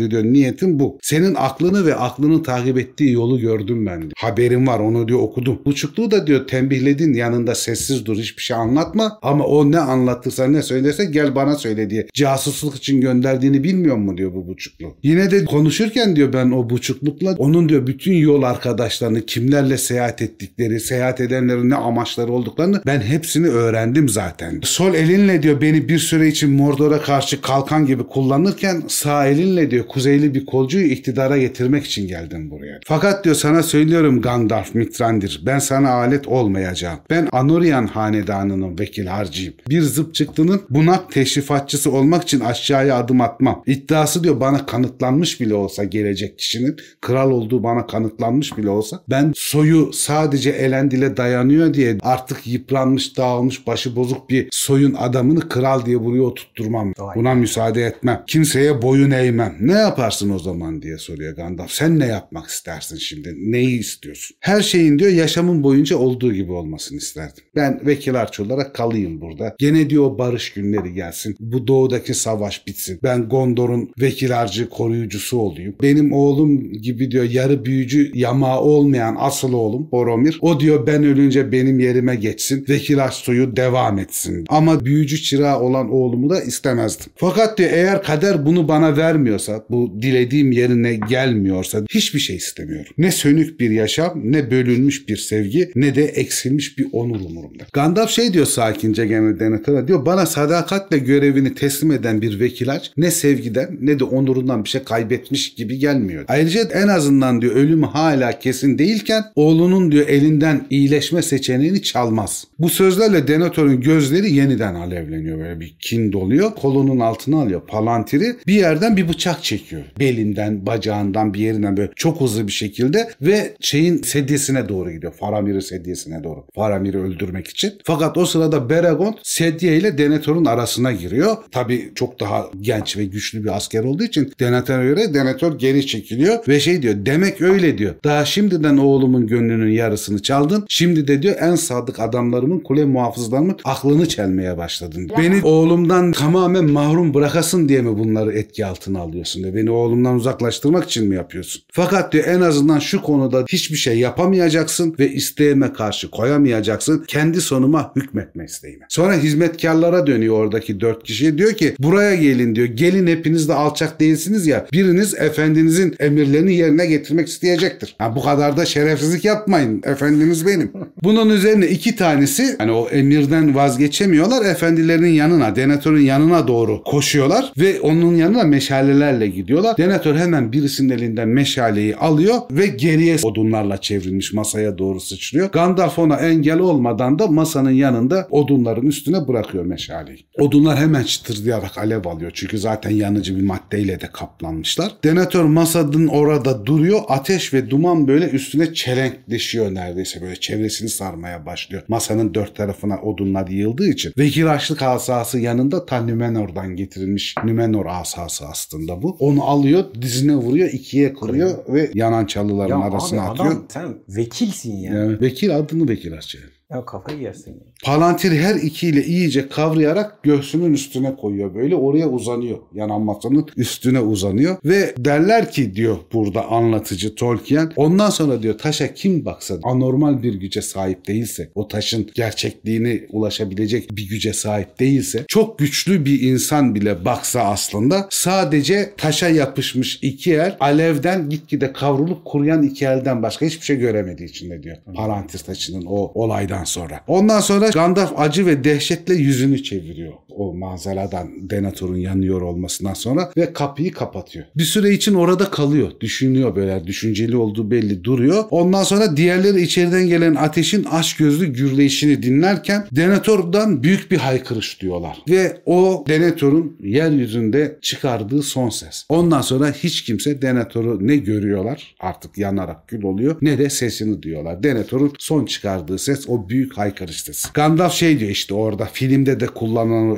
niyetim bu. Senin aklını ve aklının takip ettiği yolu gördüm ben diyor. Haberim var, onu diyor okudum. Buçukluğu da diyor tembihledin, yanında sessiz dur, hiçbir şey anlatma ama o ne anlatırsa ne söylerse gel bana söyle diye. Casusluk için gönderdiğini bilmiyor mu diyor bu buçuklu. Yine de konuşurken diyor ben o buçuklukla onun diyor bütün yol arkadaşlarını, kimlerle seyahat ettikleri, seyahat edenlerin ne amaçları olduklarını ben hepsini öğrendim zaten. Sol elinle diyor beni bir süre için Mordor'a karşı kalkan gibi kullanırken sağ elinle diyor kuzeyli bir kolcuyu iktidara getirmek için geldim buraya. Fakat diyor sana söylüyorum Gandalf Mithrandir, ben sana alet olmayacağım. Ben Anurian hanedanının vekil harcıyım. Bir zıp çıktının bunak teşrifatçısı olmak için aşağıya adım atmam. İddiası diyor bana kanıtlanmış bile olsa, gelecek kişinin kral olduğu bana kanıtlanmış bile olsa, ben soyu sadece Elendil'e dayanıyor diye artık yıpranmış, dağılmış, başı bozuk bir soyun adamını kral diye buraya oturtturmam. Buna müsaade etmem. Kimseye boyun eğmem. Ne yaparsın o zaman diye soruyor Gandalf. Sen ne yapmak istersin şimdi? Neyi istiyorsun? Her şeyin diyor yaşamın boyunca olduğu gibi olmasını isterdim. Ben vekil harç olarak kalayım burada. Gene diyor o barış günleri gelsin. Bu doğudaki savaş bitsin. Ben Gondor'un vekil harcı koruyucusu olayım. Benim oğlum gibi diyor yarı büyücü yamağı olmayan asıl oğlum Boromir. O diyor ben ölünce benim yerime geçsin. Vekil harç soyu devam etsin. Ama büyücü çırağı olan oğlumu da istemezdim. Fakat diyor eğer kader bunu bana vermiyorsa, bu dilediğim yerine gelmiyorsa hiçbir şey istemiyorum. Ne sönük bir yaşam, ne bölünmüş bir sevgi, ne de eksilmiş bir onur umurumda. Gandalf şey diyor sakince gene Denethor'a, diyor bana sadakatle görevini teslim eden bir vekil harç ne sevgiden ne de onurundan bir şey kaybetmiş gibi gelmiyor. Ayrıca en azından diyor ölümü hala kesin değilken oğlunun diyor elinden iyileşme seçeneğini çalmaz. Bu sözlerle Denethor'un gözleri yeniden alevleniyor, böyle bir kin doluyor. Kolunun altına alıyor Palantir'i, bir yerden bir bıçak çekiyor. Belinden, bacağından, bir yerinden böyle çok hızlı bir şekilde ve şeyin sedyesine doğru gidiyor. Faramir'in sedyesine doğru. Faramir'i öldürmek için. Fakat o sırada Beregond sedye ile Denethor'un arasına giriyor. Tabii çok daha genç ve güçlü bir asker olduğu için Denethor'a göre Denethor geri çekiliyor ve şey diyor, demek öyle diyor. Daha şimdiden oğlumun gönlünün yarısını çaldın. Şimdi de diyor en sadık adamlarımın, kule muhafızlarımın aklını çelmeye başladın. Ya. Beni oğlumdan tamamen mahrum bırakasın diye mi bunları etki altına alıyorsun diyor. Beni oğlumdan uzaklaştırmak için mi yapıyorsun? Fakat diyor en azından şu konuda hiçbir şey yapamayacaksın ve isteğime karşı koyamayacaksın. Kendi sonuma hükmetme isteğime. Sonra hizmetkarlara dönüyor oradaki dört kişi. Diyor ki buraya gelin diyor. Gelin, hepiniz de alçak değilsiniz ya. Biriniz efendinizin emirlerini yerine getirmek isteyecektir. Ha, bu kadar da şerefsizlik yapmayın. Efendiniz benim. Bunun üzerine iki tanesi hani o emirden vazgeçemiyorlar. Efendilerinin yanına, Denethor'un yanına doğru koşuyorlar ve onun yanına meşalelerle gidiyorlar. Denethor hemen birisinin elinden meşaleyi alıyor ve geriye odunlarla çevrilmiş masaya doğru sıçrıyor. Gandalf ona engel olmadan da masanın yanında odunların üstüne bırakıyor meşaleyi. Odunlar hemen çıtırdayarak alev alıyor. Çünkü zaten yanıcı bir maddeyle de kaplanmışlar. Denethor masanın orada duruyor. Ateş ve duman böyle üstüne çelenkleşiyor neredeyse. Böyle çevresini sarmaya başlıyor. Masanın dört tarafına odunlar yığıldığı için. Ve Hiraçlık asası yanında ta Nümenor'dan getirilmiş Nümenor asası aslında bu. Onu alıyor, dizine vuruyor, ikiye kırıyor ve yanan çalıların ya arasına abi, atıyor. Adam, sen vekilsin ya. Yani vekil adını vekil açıyor. Ya kafayı yersin ya. Palantir her ikiyle iyice kavrayarak göğsünün üstüne koyuyor. Böyle oraya uzanıyor. Yanan masanın üstüne uzanıyor. Ve derler ki diyor burada anlatıcı Tolkien. Ondan sonra diyor taşa kim baksa anormal bir güce sahip değilse, o taşın gerçekliğine ulaşabilecek bir güce sahip değilse, çok güçlü bir insan bile baksa aslında sadece taşa yapışmış iki el, alevden gitgide kavrulup kuruyan iki elden başka hiçbir şey göremediği için de diyor. Palantir taşının o olaydan sonra. Ondan sonra Gandalf acı ve dehşetle yüzünü çeviriyor o manzaradan, Denethor'un yanıyor olmasından sonra ve kapıyı kapatıyor. Bir süre için orada kalıyor. Düşünüyor böyle. Düşünceli olduğu belli, duruyor. Ondan sonra diğerleri içeriden gelen ateşin açgözlü gürleyişini dinlerken Denethor'dan büyük bir haykırış duyuyorlar. Ve o Denethor'un yeryüzünde çıkardığı son ses. Ondan sonra hiç kimse Denethor'u ne görüyorlar, artık yanarak kül oluyor, ne de sesini duyuyorlar. Denethor'un son çıkardığı ses o büyük haykırış sesi. Gandalf şey diyor işte orada, filmde de kullanılan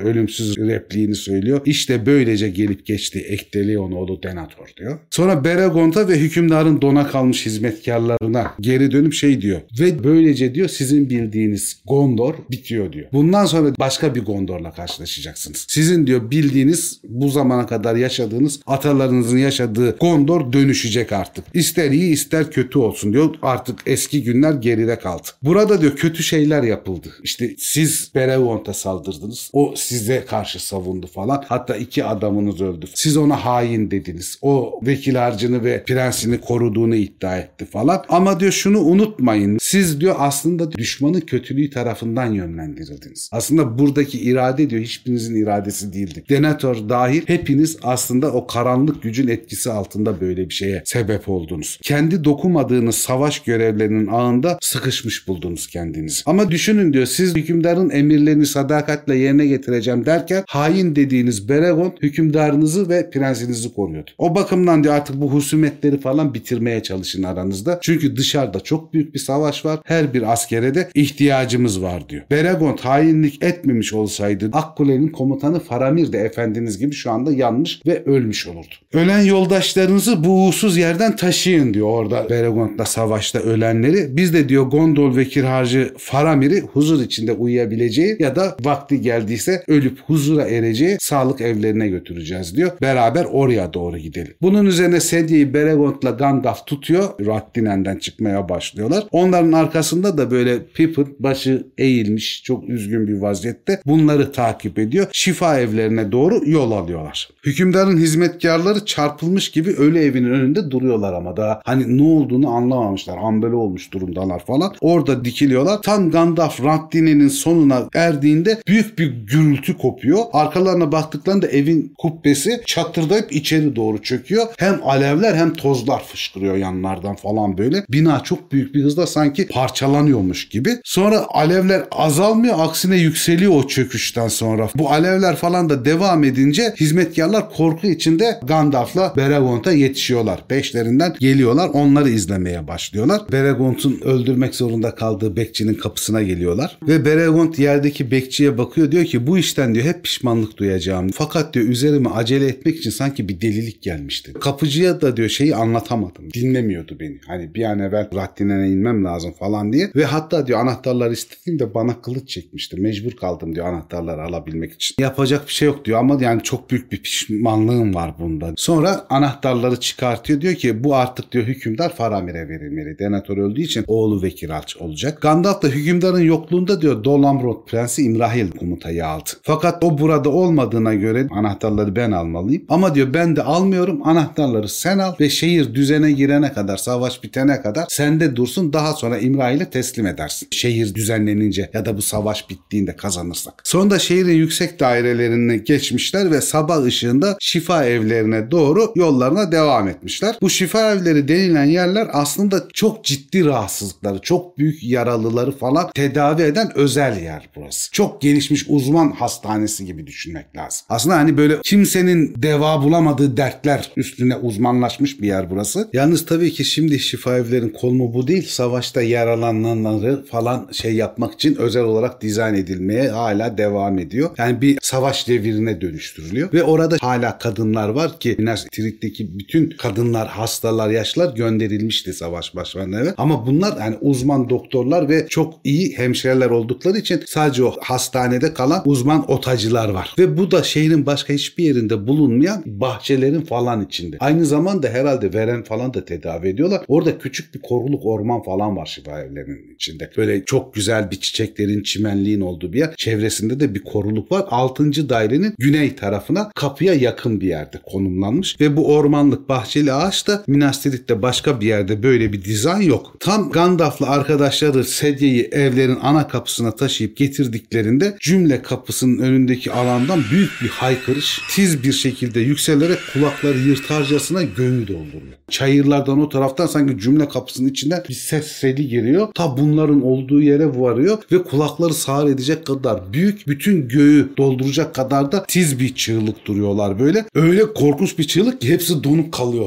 ölümsüz repliğini söylüyor. İşte böylece gelip geçti Ectelion oğlu Denethor diyor. Sonra Beregond'a ve hükümdarın dona kalmış hizmetkarlarına geri dönüp şey diyor. Ve böylece diyor sizin bildiğiniz Gondor bitiyor diyor. Bundan sonra başka bir Gondor'la karşılaşacaksınız. Sizin diyor bildiğiniz bu zamana kadar yaşadığınız atalarınızın yaşadığı Gondor dönüşecek artık. İster iyi ister kötü olsun diyor. Artık eski günler geride kaldı. Burada diyor kötü şeyler yapıldı. İşte siz Beregond'a saldırdınız. O size karşı savundu falan. Hatta iki adamınız öldü. Siz ona hain dediniz. O vekil harcını ve prensini koruduğunu iddia etti falan. Ama diyor şunu unutmayın. Siz diyor aslında düşmanın kötülüğü tarafından yönlendirildiniz. Aslında buradaki irade diyor hiçbirinizin iradesi değildi. Denethor dahil hepiniz aslında o karanlık gücün etkisi altında böyle bir şeye sebep oldunuz. Kendi dokumadığınız savaş görevlerinin ağında sıkışmış buldunuz kendinizi. Ama düşünün diyor siz hükümdarın emirlerini sadakatle yerine getireceğim derken hain dediğiniz Beregond hükümdarınızı ve prensinizi koruyordu. O bakımdan diyor artık bu husumetleri falan bitirmeye çalışın aranızda. Çünkü dışarıda çok büyük bir savaş var. Her bir askere de ihtiyacımız var diyor. Beregond hainlik etmemiş olsaydı Akkule'nin komutanı Faramir de efendiniz gibi şu anda yanmış ve ölmüş olurdu. Ölen yoldaşlarınızı bu uğursuz yerden taşıyın diyor orada Beregond'la savaşta ölenleri. Biz de diyor Gondor vekil harcı Faramir'i huzur içinde uyuyabileceği ya da vakti geldiyse ölüp huzura ereceği sağlık evlerine götüreceğiz diyor. Beraber oraya doğru gidelim. Bunun üzerine sedyeyi Beregond'la Gandalf tutuyor. Raddinen'den çıkmaya başlıyorlar. Onların arkasında da böyle Pippin başı eğilmiş çok üzgün bir vaziyette bunları takip ediyor. Şifa evlerine doğru yol alıyorlar. Hükümdarın hizmetkarları çarpılmış gibi ölü evinin önünde duruyorlar ama daha hani ne olduğunu anlamamışlar. Ambele olmuş durumdalar falan. Orada dikiliyorlar. Tam Gandalf Raddinen'in sonuna erdiğinde büyük bir gürültü kopuyor. Arkalarına baktıklarında evin kubbesi çatırdayıp içeri doğru çöküyor. Hem alevler hem tozlar fışkırıyor yanlardan falan böyle. Bina çok büyük bir hızla sanki parçalanıyormuş gibi. Sonra alevler azalmıyor, aksine yükseliyor o çöküşten sonra. Bu alevler falan da devam edince hizmetkarlar korku içinde Gandalf'la Beregond'a yetişiyorlar. Peşlerinden geliyorlar. Onları izlemeye başlıyorlar. Beregond'un öldürmek zorunda kaldığı bekçinin kapısına geliyorlar. Ve Beregond yerdeki bekçiye bakıyor. Diyor ki bu işten diyor hep pişmanlık duyacağım. Fakat diyor üzerime acele etmek için sanki bir delilik gelmişti. Kapıcıya da diyor şeyi anlatamadım. Dinlemiyordu beni. Hani bir an evvel Raddinen'e inmem lazım falan diye. Ve hatta diyor anahtarları istediğimde bana kılıç çekmişti. Mecbur kaldım diyor anahtarları alabilmek için. Yapacak bir şey yok diyor ama yani çok büyük bir pişmanlığım var bunda. Sonra anahtarları çıkartıyor. Diyor ki bu artık diyor hükümdar Faramir'e verilmeli. Denethor öldüğü için oğlu Vekiralç olacak. Gandalf da hükümdarın yokluğunda diyor Dol Amroth Prensi İmrahil komutayı aldı. Fakat o burada olmadığına göre anahtarları ben almalıyım. Ama diyor ben de almıyorum. Anahtarları sen al ve şehir düzene girene kadar, savaş bitene kadar sende dursun. Daha sonra İmrahil'e teslim edersin. Şehir düzenlenince ya da bu savaş bittiğinde kazanırsak. Sonra şehrin yüksek dairelerini geçmişler ve sabah ışığında şifa evlerine doğru yollarına devam etmişler. Bu şifa evleri denilen yerler aslında çok ciddi rahatsızlıkları, çok büyük yaralıları falan tedavi eden özel yer burası. Çok gelişmiş uzman hastanesi gibi düşünmek lazım. Aslında hani böyle kimsenin deva bulamadığı dertler üstüne uzmanlaşmış bir yer burası. Yalnız tabii ki şimdi şifa evlerin konumu bu değil. Savaşta yaralananları falan şey yapmak için özel olarak dizayn edilmeye hala devam ediyor. Yani bir savaş devrine dönüştürülüyor. Ve orada hala kadınlar var ki Minas Tirith'teki bütün kadınlar, hastalar, yaşlılar gönderilmişti savaş başlarına. Evet. Ama bunlar yani uzman doktorlar ve çok iyi hemşireler oldukları için sadece o hastanede kalan uzman otacılar var. Ve bu da şehrin başka hiçbir yerinde bulunmayan bahçelerin falan içinde. Aynı zamanda herhalde veren falan da tedavi ediyorlar. Orada küçük bir koruluk orman falan var şifa evlerinin içinde. Böyle çok güzel bir çiçeklerin, çimenliğin olduğu bir yer. Çevresinde de bir koruluk var. altıncı dairenin güney tarafına kapıya yakın bir yerde konumlanmış. Ve bu ormanlık bahçeli ağaç da Minas Tirith'te başka bir yerde böyle bir dizayn yok. Tam Gandalf'la arkadaşları sedyeyi evlerin ana kapısına taşıyıp getirdiklerinde cümle kapısının önündeki alandan büyük bir haykırış tiz bir şekilde yükselerek kulakları yırtarcasına göğü dolduruyor. Çayırlardan o taraftan sanki cümle kapısının içinden bir ses seli giriyor. Ta bunların olduğu yere varıyor ve kulakları sağır edecek kadar büyük, bütün göğü dolduracak kadar da tiz bir çığlık duruyorlar böyle. Öyle korkunç bir çığlık ki hepsi donup kalıyorlar yani.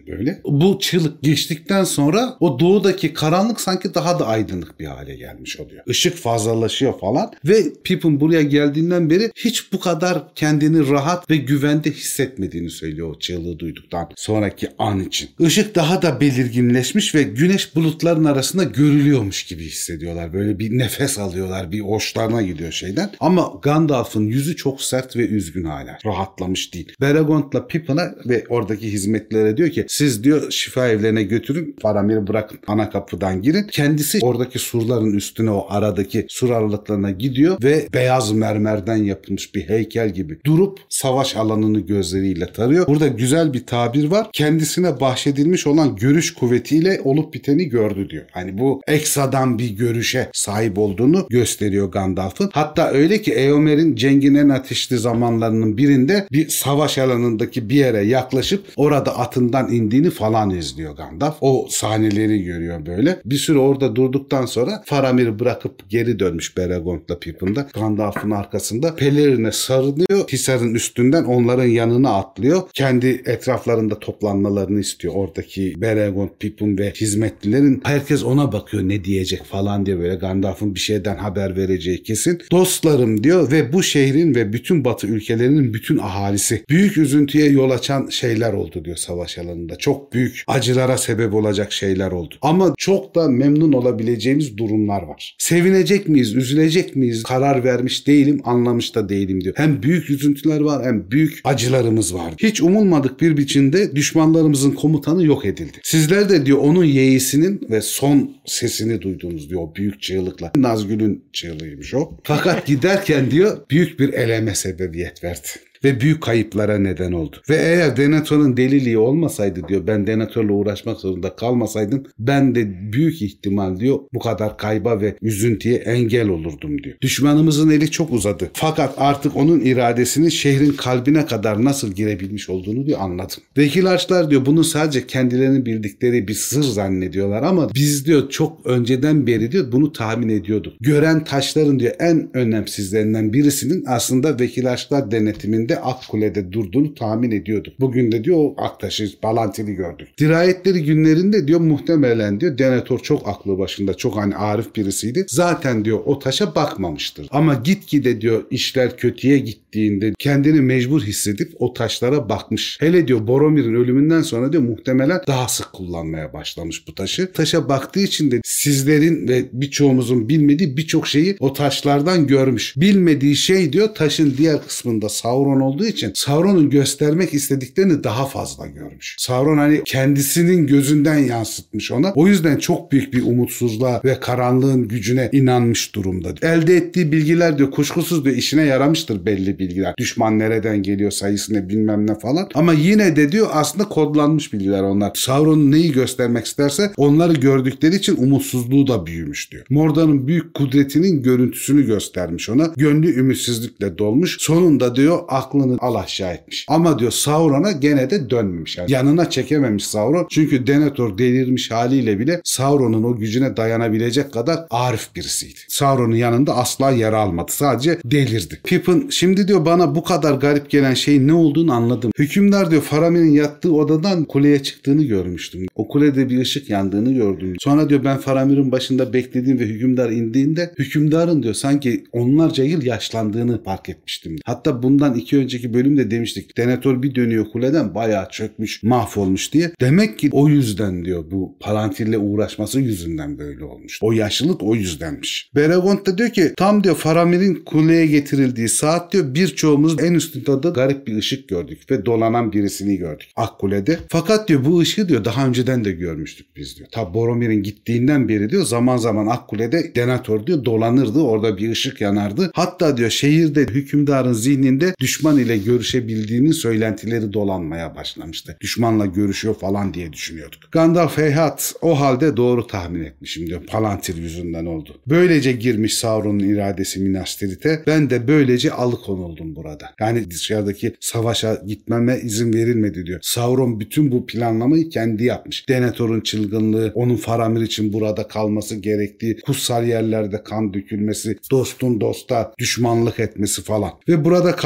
böyle. Bu çığlık geçtikten sonra o doğudaki karanlık sanki daha da aydınlık bir hale gelmiş oluyor. Işık fazlalaşıyor falan ve Pippin buraya geldiğinden beri hiç bu kadar kendini rahat ve güvende hissetmediğini söylüyor o çığlığı duyduktan sonraki an için. Işık daha da belirginleşmiş ve güneş bulutların arasında görülüyormuş gibi hissediyorlar. Böyle bir nefes alıyorlar, bir hoşlarına gidiyor şeyden. Ama Gandalf'ın yüzü çok sert ve üzgün hala. Rahatlamış değil. Beregond'la Pippin'a ve oradaki hizmetlilere diyor ki siz diyor şifa evlerine götürün, Faramir'i bırakın, ana kapıdan girin. Kendisi oradaki surların üstüne, o aradaki sur aralıklarına gidiyor ve beyaz mermerden yapılmış bir heykel gibi durup savaş alanını gözleriyle tarıyor. Burada güzel bir tabir var. Kendisine bahşedilmiş olan görüş kuvvetiyle olup biteni gördü diyor. Hani bu ekstradan bir görüşe sahip olduğunu gösteriyor Gandalf'ın. Hatta öyle ki Eomer'in cengin en ateşli zamanlarının birinde bir savaş alanındaki bir yere yaklaşıp orada atından indiğini falan izliyor Gandalf. O sahneleri görüyor böyle. Bir süre orada durduktan sonra Faramir'i bırakıp geri dönmüş Beregond'la Pippin'de. Gandalf'ın arkasında pelerine sarılıyor. Hisar'ın üstünden onların yanına atlıyor. Kendi etraflarında toplanmalarını istiyor. Oradaki Beregond, Pippin ve hizmetlilerin herkes ona bakıyor ne diyecek falan diye, böyle Gandalf'ın bir şeyden haber vereceği kesin. Dostlarım diyor ve bu şehrin ve bütün batı ülkelerinin bütün ahalisi büyük üzüntüye yol açan şeyler oldu diyor savaş alanında. Çok büyük acılara sebep olacak şeyler oldu. Ama çok da memnun olabileceğimiz durumlar var. Sevinecek miyiz, üzülecek miyiz? Karar vermiş değilim, anlamış da değilim diyor. Hem büyük üzüntüler var hem büyük acılarımız var. Hiç umulmadık bir biçimde düşmanlarımızın komutanı yok edildi. Sizler de diyor onun yeğisinin ve son sesini duydunuz diyor o büyük çığlıkla. Nazgül'ün çığlığıymış o. Fakat giderken diyor büyük bir eleme sebebiyet verdi. Ve büyük kayıplara neden oldu. Ve eğer Denethor'un deliliği olmasaydı diyor, ben Denethor'la uğraşmak zorunda kalmasaydım, ben de büyük ihtimal diyor bu kadar kayba ve üzüntüye engel olurdum diyor. Düşmanımızın eli çok uzadı. Fakat artık onun iradesinin şehrin kalbine kadar nasıl girebilmiş olduğunu diyor anladım. Vekil diyor bunu sadece kendilerinin bildikleri bir sır zannediyorlar ama biz diyor çok önceden beri diyor bunu tahmin ediyorduk. Gören taşların diyor en önemsizlerinden birisinin aslında Vekil denetiminde Akkule'de durduğunu tahmin ediyorduk. Bugün de diyor o aktaşı Palantir'i gördük. Dirayetleri günlerinde diyor muhtemelen diyor Denethor çok aklı başında, çok hani arif birisiydi. Zaten diyor o taşa bakmamıştır. Ama gitgide diyor işler kötüye gittiğinde kendini mecbur hissedip o taşlara bakmış. Hele diyor Boromir'in ölümünden sonra diyor muhtemelen daha sık kullanmaya başlamış bu taşı. Taşa baktığı için de sizlerin ve birçoğumuzun bilmediği birçok şeyi o taşlardan görmüş. Bilmediği şey diyor taşın diğer kısmında Sauron olduğu için Sauron'un göstermek istediklerini daha fazla görmüş. Sauron hani kendisinin gözünden yansıtmış ona. O yüzden çok büyük bir umutsuzluğa ve karanlığın gücüne inanmış durumda. Elde ettiği bilgiler diyor kuşkusuz diyor işine yaramıştır belli bilgiler. Düşman nereden geliyor, sayısı ne bilmem ne falan. Ama yine de diyor aslında kodlanmış bilgiler onlar. Sauron neyi göstermek isterse onları gördükleri için umutsuzluğu da büyümüş diyor. Mordor'un büyük kudretinin görüntüsünü göstermiş ona. Gönlü ümitsizlikle dolmuş. Sonunda diyor aklını al aşağı etmiş. Ama diyor Sauron'a gene de dönmemiş. Yani yanına çekememiş Sauron. Çünkü Denethor delirmiş haliyle bile Sauron'un o gücüne dayanabilecek kadar arif birisiydi. Sauron'un yanında asla yer almadı. Sadece delirdi. Pippin şimdi diyor bana bu kadar garip gelen şeyin ne olduğunu anladım. Hükümdar diyor Faramir'in yattığı odadan kuleye çıktığını görmüştüm. O kulede bir ışık yandığını gördüm. Sonra diyor ben Faramir'in başında beklediğim ve hükümdar indiğinde hükümdarın diyor sanki onlarca yıl yaşlandığını fark etmiştim. Hatta bundan iki önceki bölümde demiştik. Denethor bir dönüyor kuleden bayağı çökmüş, mahvolmuş diye. Demek ki o yüzden diyor bu Palantir'le uğraşması yüzünden böyle olmuş. O yaşlılık o yüzdenmiş. Beregond da diyor ki tam diyor Faramir'in kuleye getirildiği saat diyor birçoğumuz en üstünde garip bir ışık gördük ve dolanan birisini gördük Akkule'de. Fakat diyor bu ışığı diyor daha önceden de görmüştük biz diyor. Ta Boromir'in gittiğinden beri diyor zaman zaman Akkule'de Denethor diyor dolanırdı. Orada bir ışık yanardı. Hatta diyor şehirde hükümdarın zihninde düşman ile görüşebildiğinin söylentileri dolanmaya başlamıştı. Düşmanla görüşüyor falan diye düşünüyorduk. Gandalf heyhat o halde doğru tahmin etmişim diyor. Palantir yüzünden oldu. Böylece girmiş Sauron'un iradesi Minas Tirith'e. Ben de böylece alıkonuldum burada. Yani dışarıdaki savaşa gitmeme izin verilmedi diyor. Sauron bütün bu planlamayı kendi yapmış. Denethor'un çılgınlığı, onun Faramir için burada kalması gerektiği, kutsal yerlerde kan dökülmesi, dostun dosta düşmanlık etmesi falan. Ve burada kalmaya diyor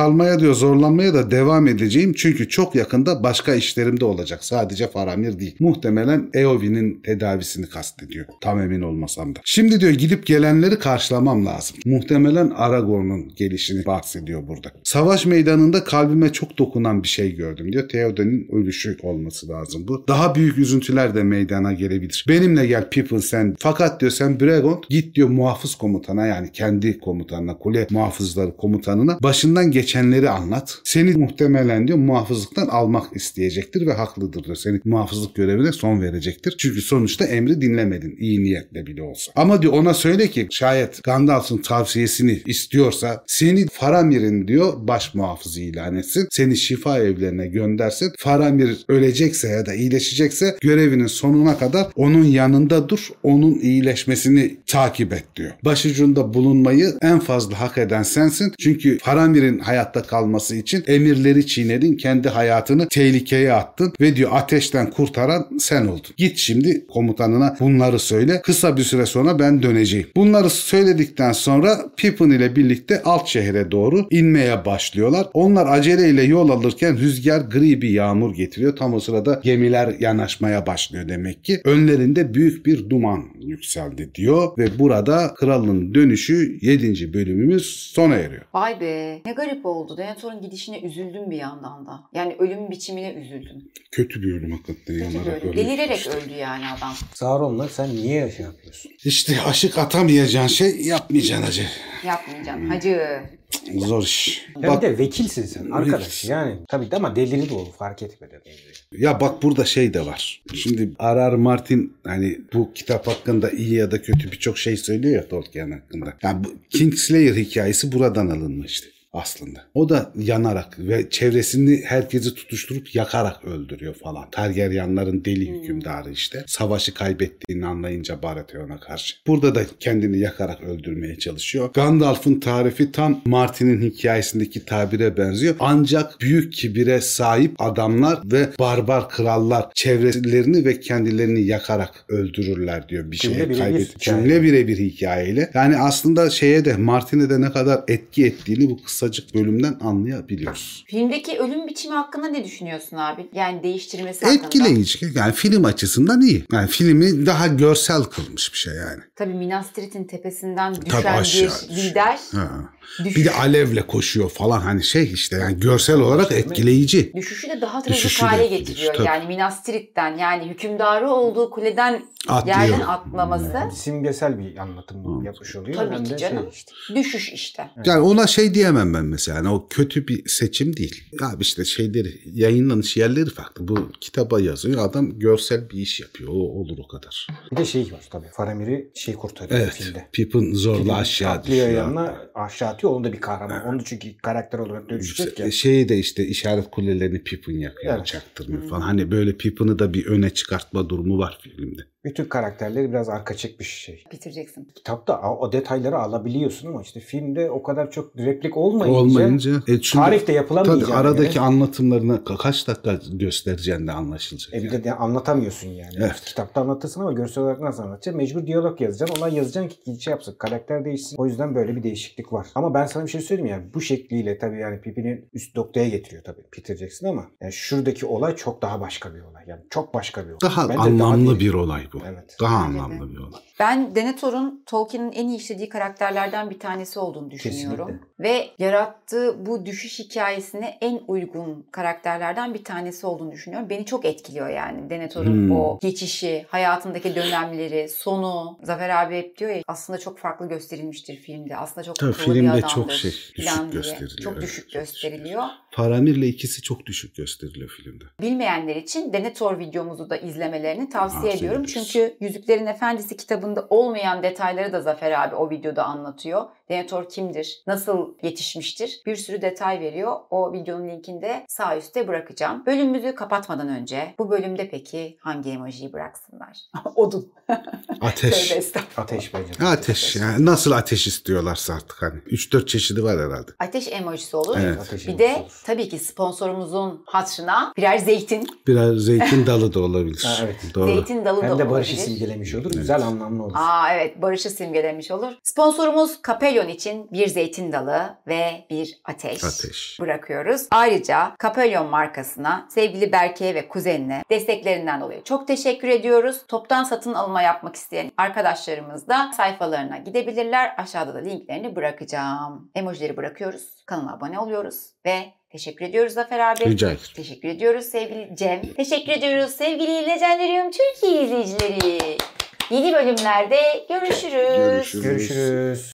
diyor zorlanmaya da devam edeceğim çünkü çok yakında başka işlerimde olacak. Sadece Faramir değil. Muhtemelen Eowyn'in tedavisini kastediyor. Tam emin olmasam da. Şimdi diyor gidip gelenleri karşılamam lazım. Muhtemelen Aragorn'un gelişini bahsediyor burada. Savaş meydanında kalbime çok dokunan bir şey gördüm diyor. Theoden'in ölüşü olması lazım bu. Daha büyük üzüntüler de meydana gelebilir. Benimle gel Pippin sen. Fakat diyor sen Bregond git diyor muhafız komutana yani kendi komutanına, kule muhafızları komutanına başından geçenleri anlat. Seni muhtemelen diyor muhafızlıktan almak isteyecektir ve haklıdır diyor. Senin muhafızlık görevine son verecektir. Çünkü sonuçta emri dinlemedin. İyi niyetle bile olsa. Ama diyor ona söyle ki şayet Gandalf'ın tavsiyesini istiyorsa seni Faramir'in diyor baş muhafızı ilan etsin. Seni şifa evlerine göndersin. Faramir ölecekse ya da iyileşecekse görevinin sonuna kadar onun yanında dur. Onun iyileşmesini takip et diyor. Başucunda bulunmayı en fazla hak eden sensin. Çünkü Faramir'in hayatta kalması için emirleri çiğnedin. Kendi hayatını tehlikeye attın ve diyor ateşten kurtaran sen oldun. Git şimdi komutanına bunları söyle. Kısa bir süre sonra ben döneceğim. Bunları söyledikten sonra Pippin ile birlikte alt şehre doğru inmeye başlıyorlar. Onlar aceleyle yol alırken rüzgar gri bir yağmur getiriyor. Tam o sırada gemiler yanaşmaya başlıyor demek ki. Önlerinde büyük bir duman yükseldi diyor ve burada kralın dönüşü yedinci bölümümüz sona eriyor. Vay be ne garip oldu. Denethor'un gidişine üzüldüm bir yandan da. Yani ölüm biçimine üzüldüm. Kötü bir ölüm hakikaten. Kötü bir ölüm. Delirerek işte öldü yani adam. Sauron'la sen niye şey yapıyorsun? İşte aşık atamayacağın şey yapmayacaksın hacı. Yapmayacaksın hacı. Zor iş. Ya Bak, bir de vekilsin sen arkadaş yani. Tabii de ama deliri de olur fark etmeden. ya bak burada şey de var. Şimdi R R. Martin hani bu kitap hakkında iyi ya da kötü birçok şey söylüyor ya Tolkien hakkında. Yani bu Kingslayer hikayesi buradan alınmıştı aslında. O da yanarak ve çevresini herkesi tutuşturup yakarak öldürüyor falan. Targaryenların deli hükümdarı işte. Savaşı kaybettiğini anlayınca Baratheon'a karşı. Burada da kendini yakarak öldürmeye çalışıyor. Gandalf'ın tarifi tam Martin'in hikayesindeki tabire benziyor. Ancak büyük kibire sahip adamlar ve barbar krallar çevrelerini ve kendilerini yakarak öldürürler diyor bir şeye kaybet. Cümle birebir hikayeyle. Yani aslında şeye de Martin'e de ne kadar etki ettiğini bu kısa bölümden anlayabiliyoruz. Filmdeki ölüm biçimi hakkında ne düşünüyorsun abi? Yani değiştirmesi hakkında. Etkileyici. Yani film açısından iyi. Yani filmi daha görsel kılmış bir şey yani. Tabii Minas Tirith'in tepesinden düşen Tabii aşağı, bir lider. Ha. Bir de alevle koşuyor falan hani şey işte yani görsel olarak etkileyici. Düşüşü de daha trajik hale getiriyor. Tabii. Yani Minas Tirith'ten yani hükümdarı olduğu kuleden Atlıyor. yerden atlaması. Yani simgesel bir anlatım hmm. yapmış oluyor. Tabii Hem ki de canım. Şey işte. Düşüş işte. Yani ona şey diyemem ben mesela. Yani o kötü bir seçim değil. Ya işte şeyleri yayınlanış yerleri farklı. Bu kitaba yazıyor. Adam görsel bir iş yapıyor. O olur o kadar. Bir de şey var tabii. Faramir'i şey kurtarıyor evet, filmde. Pippin zorla Pippin aşağı düşüyor. yanına aşağı atıyor. Onun da bir kahraman. Onu çünkü karakter olarak dönüşecek ya. Şeyi de işte işaret kulelerini Pippin yakıyor. Evet. Çaktırmıyor hmm. falan. Hani böyle Pippin'i de bir öne çıkartma durumu var filmde. Bütün karakterleri biraz arka çekmiş şey. Bitireceksin. Kitapta o detayları alabiliyorsun ama işte filmde o kadar çok replik olmayınca, olmayınca e tarif de yapılamayacak. Tabii aradaki yani. Anlatımlarını kaç dakika göstereceğin de anlaşılacak. E bir yani. de anlatamıyorsun yani. Evet. Kitapta anlatırsın ama görsel olarak nasıl anlatacaksın? Mecbur diyalog yazacaksın. Olay yazacaksın ki şey yapsın. Karakter değişsin. O yüzden böyle bir değişiklik var. Ama ben sana bir şey söyleyeyim yani. Bu şekliyle tabii yani Pippin'i üst noktaya getiriyor tabii Peter Jackson ama yani şuradaki olay çok daha başka bir olay. Yani çok başka bir olay. Daha Bence anlamlı daha bir olay bu. Evet. Daha anlamlı bir olay. Ben Denethor'un Tolkien'in en iyi işlediği karakterlerden bir tanesi olduğunu düşünüyorum. Kesinlikle. Ve yarattığı bu düşüş hikayesine en uygun karakterlerden bir tanesi olduğunu düşünüyorum. Beni çok etkiliyor yani Denethor'un hmm. o geçişi, hayatındaki dönemleri, sonu. Zafer abi hep diyor ya aslında çok farklı gösterilmiştir filmde. Aslında çok akıllı bir adamdır. Filmde çok şey düşük gösteriliyor. Çok düşük gösteriliyor. Faramir'le ikisi çok düşük gösteriliyor filmde. Bilmeyenler için Denethor videomuzu da izlemelerini tavsiye Tavsiye ediyorum. Ederiz. Çünkü Yüzüklerin Efendisi kitabında olmayan detayları da Zafer abi o videoda anlatıyor. Denethor kimdir? Nasıl yetişmiştir? Bir sürü detay veriyor. O videonun linkini de sağ üstte bırakacağım. Bölümümüzü kapatmadan önce bu bölümde peki hangi emojiyi bıraksınlar? Odun. Ateş. Ateş bence. Ateş. Yani nasıl ateş istiyorlarsa artık hani. üç dört çeşidi var herhalde. Ateş emojisi olur. Evet. Ateş bir de olur. Tabii ki sponsorumuzun hatırına birer zeytin. Birer zeytin dalı da olabilir. Ha, evet. Doğru. Zeytin dalı Hem da olabilir. Hem de barışı simgelemiş olur. Evet. Güzel anlamlı olur. Aa evet barışı simgelemiş olur. Sponsorumuz Capellion Kapelyon için bir zeytin dalı ve bir ateş, Ateş. bırakıyoruz. Ayrıca Kapelyon markasına, sevgili Berke'ye ve kuzenine desteklerinden dolayı çok teşekkür ediyoruz. Toptan satın alma yapmak isteyen arkadaşlarımız da sayfalarına gidebilirler. Aşağıda da linklerini bırakacağım. Emojileri bırakıyoruz. Kanala abone oluyoruz ve teşekkür ediyoruz Zafer abi. Rica ederim. Teşekkür ediyoruz sevgili Cem. Teşekkür ediyoruz sevgili Legendarium Türkiye izleyicileri. Yeni bölümlerde görüşürüz. Görüşürüz. Görüşürüz.